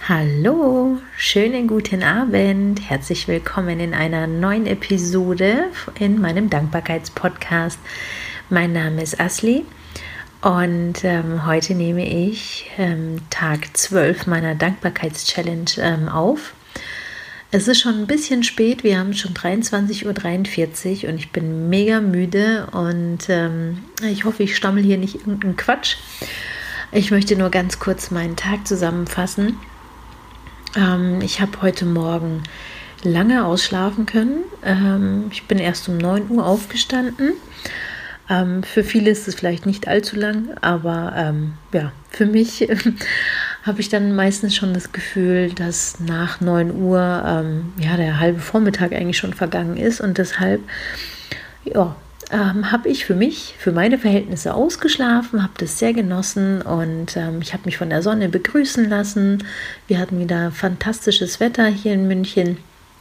Hallo, schönen guten Abend. Herzlich willkommen in einer neuen Episode in meinem Dankbarkeitspodcast. Mein Name ist Asli und heute nehme ich Tag 12 meiner Dankbarkeitschallenge auf. Es ist schon ein bisschen spät, wir haben schon 23:43 Uhr und ich bin mega müde und ich hoffe, ich stammel hier nicht irgendeinen Quatsch. Ich möchte nur ganz kurz meinen Tag zusammenfassen. Ich habe heute Morgen lange ausschlafen können. Ich bin erst um 9 Uhr aufgestanden. Für viele ist es vielleicht nicht allzu lang, aber für mich habe ich dann meistens schon das Gefühl, dass nach 9 Uhr der halbe Vormittag eigentlich schon vergangen ist und deshalb habe ich für meine Verhältnisse ausgeschlafen, habe das sehr genossen und ich habe mich von der Sonne begrüßen lassen. Wir hatten wieder fantastisches Wetter hier in München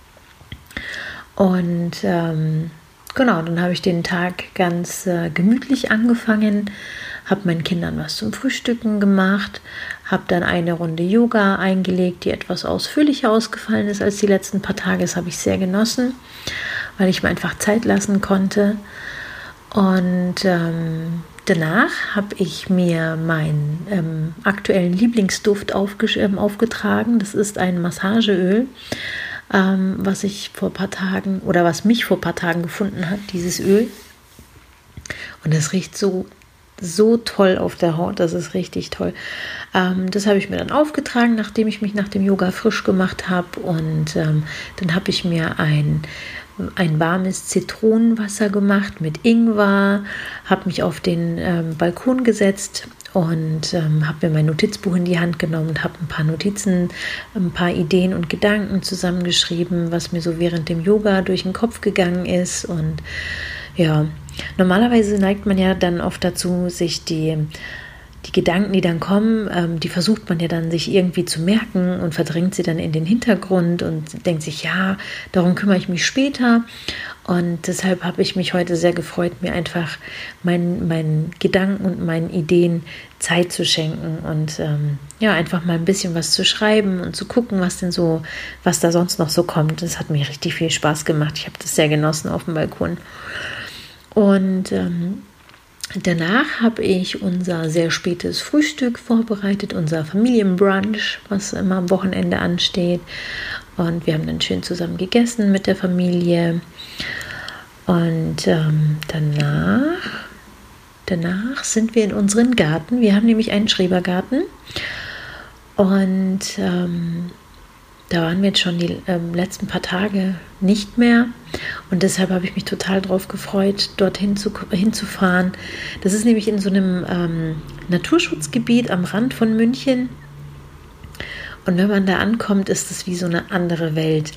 und dann habe ich den Tag ganz gemütlich angefangen, habe meinen Kindern was zum Frühstücken gemacht, habe dann eine Runde Yoga eingelegt, die etwas ausführlicher ausgefallen ist als die letzten paar Tage. Das habe ich sehr genossen, weil ich mir einfach Zeit lassen konnte. Und danach habe ich mir meinen aktuellen Lieblingsduft aufgetragen. Das ist ein Massageöl, was mich vor ein paar Tagen gefunden hat, dieses Öl. Und es riecht so toll auf der Haut, das ist richtig toll. Das habe ich mir dann aufgetragen, nachdem ich mich nach dem Yoga frisch gemacht habe. Und dann habe ich mir ein warmes Zitronenwasser gemacht mit Ingwer, habe mich auf den Balkon gesetzt und habe mir mein Notizbuch in die Hand genommen und habe ein paar Ideen und Gedanken zusammengeschrieben, was mir so während dem Yoga durch den Kopf gegangen ist. Und ja, normalerweise neigt man ja dann oft dazu, sich die Gedanken, die dann kommen, die versucht man ja dann sich irgendwie zu merken und verdrängt sie dann in den Hintergrund und denkt sich, ja, darum kümmere ich mich später. Und deshalb habe ich mich heute sehr gefreut, mir einfach meinen Gedanken und meinen Ideen Zeit zu schenken und einfach mal ein bisschen was zu schreiben und zu gucken, was da sonst noch so kommt. Das hat mir richtig viel Spaß gemacht. Ich habe das sehr genossen auf dem Balkon. Und danach habe ich unser sehr spätes Frühstück vorbereitet, unser Familienbrunch, was immer am Wochenende ansteht. Und wir haben dann schön zusammen gegessen mit der Familie. Und danach sind wir in unseren Garten. Wir haben nämlich einen Schrebergarten. Und da waren wir jetzt schon die letzten paar Tage nicht mehr und deshalb habe ich mich total drauf gefreut, dorthin hinzufahren. Das ist nämlich in so einem Naturschutzgebiet am Rand von München und wenn man da ankommt, ist es wie so eine andere Welt.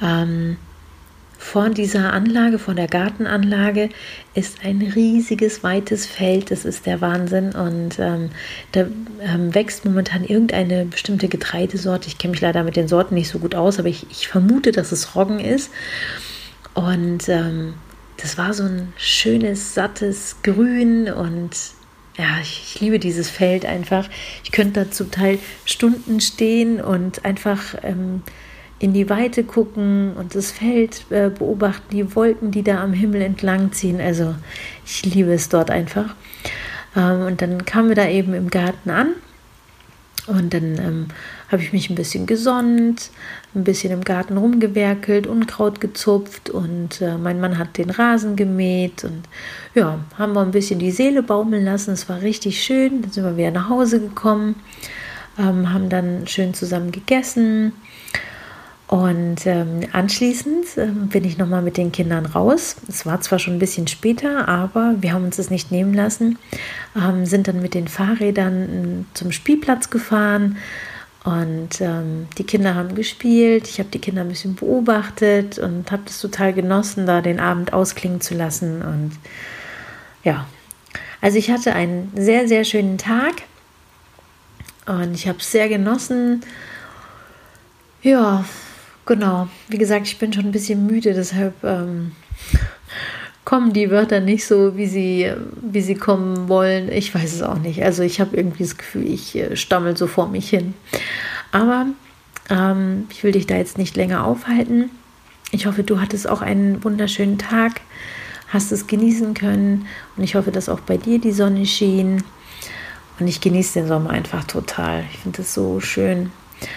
Vor dieser Anlage, vor der Gartenanlage, ist ein riesiges, weites Feld. Das ist der Wahnsinn. Und da wächst momentan irgendeine bestimmte Getreidesorte. Ich kenne mich leider mit den Sorten nicht so gut aus, aber ich vermute, dass es Roggen ist. Und das war so ein schönes, sattes Grün und ja, ich liebe dieses Feld einfach. Ich könnte da zum Teil Stunden stehen und einfach in die Weite gucken und das Feld beobachten, die Wolken, die da am Himmel entlang ziehen. Also ich liebe es dort einfach. Und dann kamen wir da eben im Garten an und dann habe ich mich ein bisschen gesonnt, ein bisschen im Garten rumgewerkelt, Unkraut gezupft und mein Mann hat den Rasen gemäht und ja, haben wir ein bisschen die Seele baumeln lassen. Es war richtig schön. Dann sind wir wieder nach Hause gekommen, haben dann schön zusammen gegessen. Und anschließend bin ich nochmal mit den Kindern raus. Es war zwar schon ein bisschen später, aber wir haben uns das nicht nehmen lassen. Sind dann mit den Fahrrädern zum Spielplatz gefahren und die Kinder haben gespielt. Ich habe die Kinder ein bisschen beobachtet und habe das total genossen, da den Abend ausklingen zu lassen. Und ja, also ich hatte einen sehr, sehr schönen Tag und ich habe es sehr genossen. Ja, genau, wie gesagt, ich bin schon ein bisschen müde, deshalb kommen die Wörter nicht so, wie sie kommen wollen. Ich weiß es auch nicht. Also ich habe irgendwie das Gefühl, ich stammel so vor mich hin. Aber Ich will dich da jetzt nicht länger aufhalten. Ich hoffe, du hattest auch einen wunderschönen Tag, hast es genießen können und ich hoffe, dass auch bei dir die Sonne schien. Und ich genieße den Sommer einfach total. Ich finde das so schön.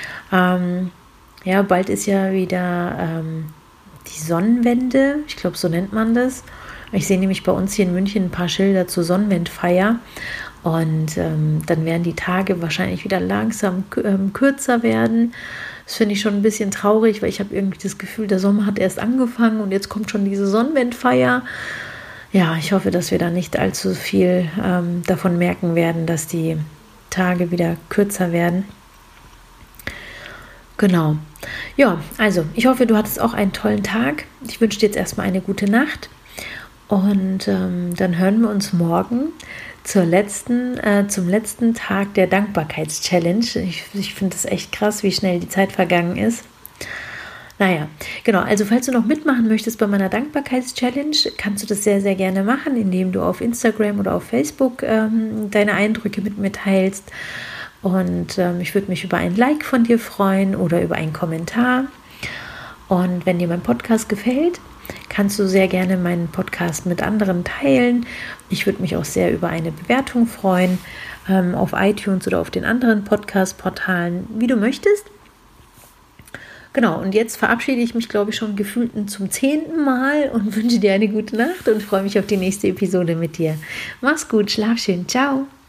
Bald ist ja wieder die Sonnenwende. Ich glaube, so nennt man das. Ich sehe nämlich bei uns hier in München ein paar Schilder zur Sonnenwendfeier. Und dann werden die Tage wahrscheinlich wieder langsam kürzer werden. Das finde ich schon ein bisschen traurig, weil ich habe irgendwie das Gefühl, der Sommer hat erst angefangen und jetzt kommt schon diese Sonnenwendfeier. Ja, ich hoffe, dass wir da nicht allzu viel davon merken werden, dass die Tage wieder kürzer werden. Genau. Ja, also ich hoffe, du hattest auch einen tollen Tag. Ich wünsche dir jetzt erstmal eine gute Nacht und dann hören wir uns morgen zum letzten Tag der Dankbarkeitschallenge. Ich finde das echt krass, wie schnell die Zeit vergangen ist. Naja, genau, also falls du noch mitmachen möchtest bei meiner Dankbarkeitschallenge, kannst du das sehr, sehr gerne machen, indem du auf Instagram oder auf Facebook deine Eindrücke mit mir teilst. Und ich würde mich über ein Like von dir freuen oder über einen Kommentar. Und wenn dir mein Podcast gefällt, kannst du sehr gerne meinen Podcast mit anderen teilen. Ich würde mich auch sehr über eine Bewertung freuen auf iTunes oder auf den anderen Podcast-Portalen, wie du möchtest. Genau, und jetzt verabschiede ich mich, glaube ich, schon gefühlt zum 10. Mal und wünsche dir eine gute Nacht und freue mich auf die nächste Episode mit dir. Mach's gut, schlaf schön, ciao.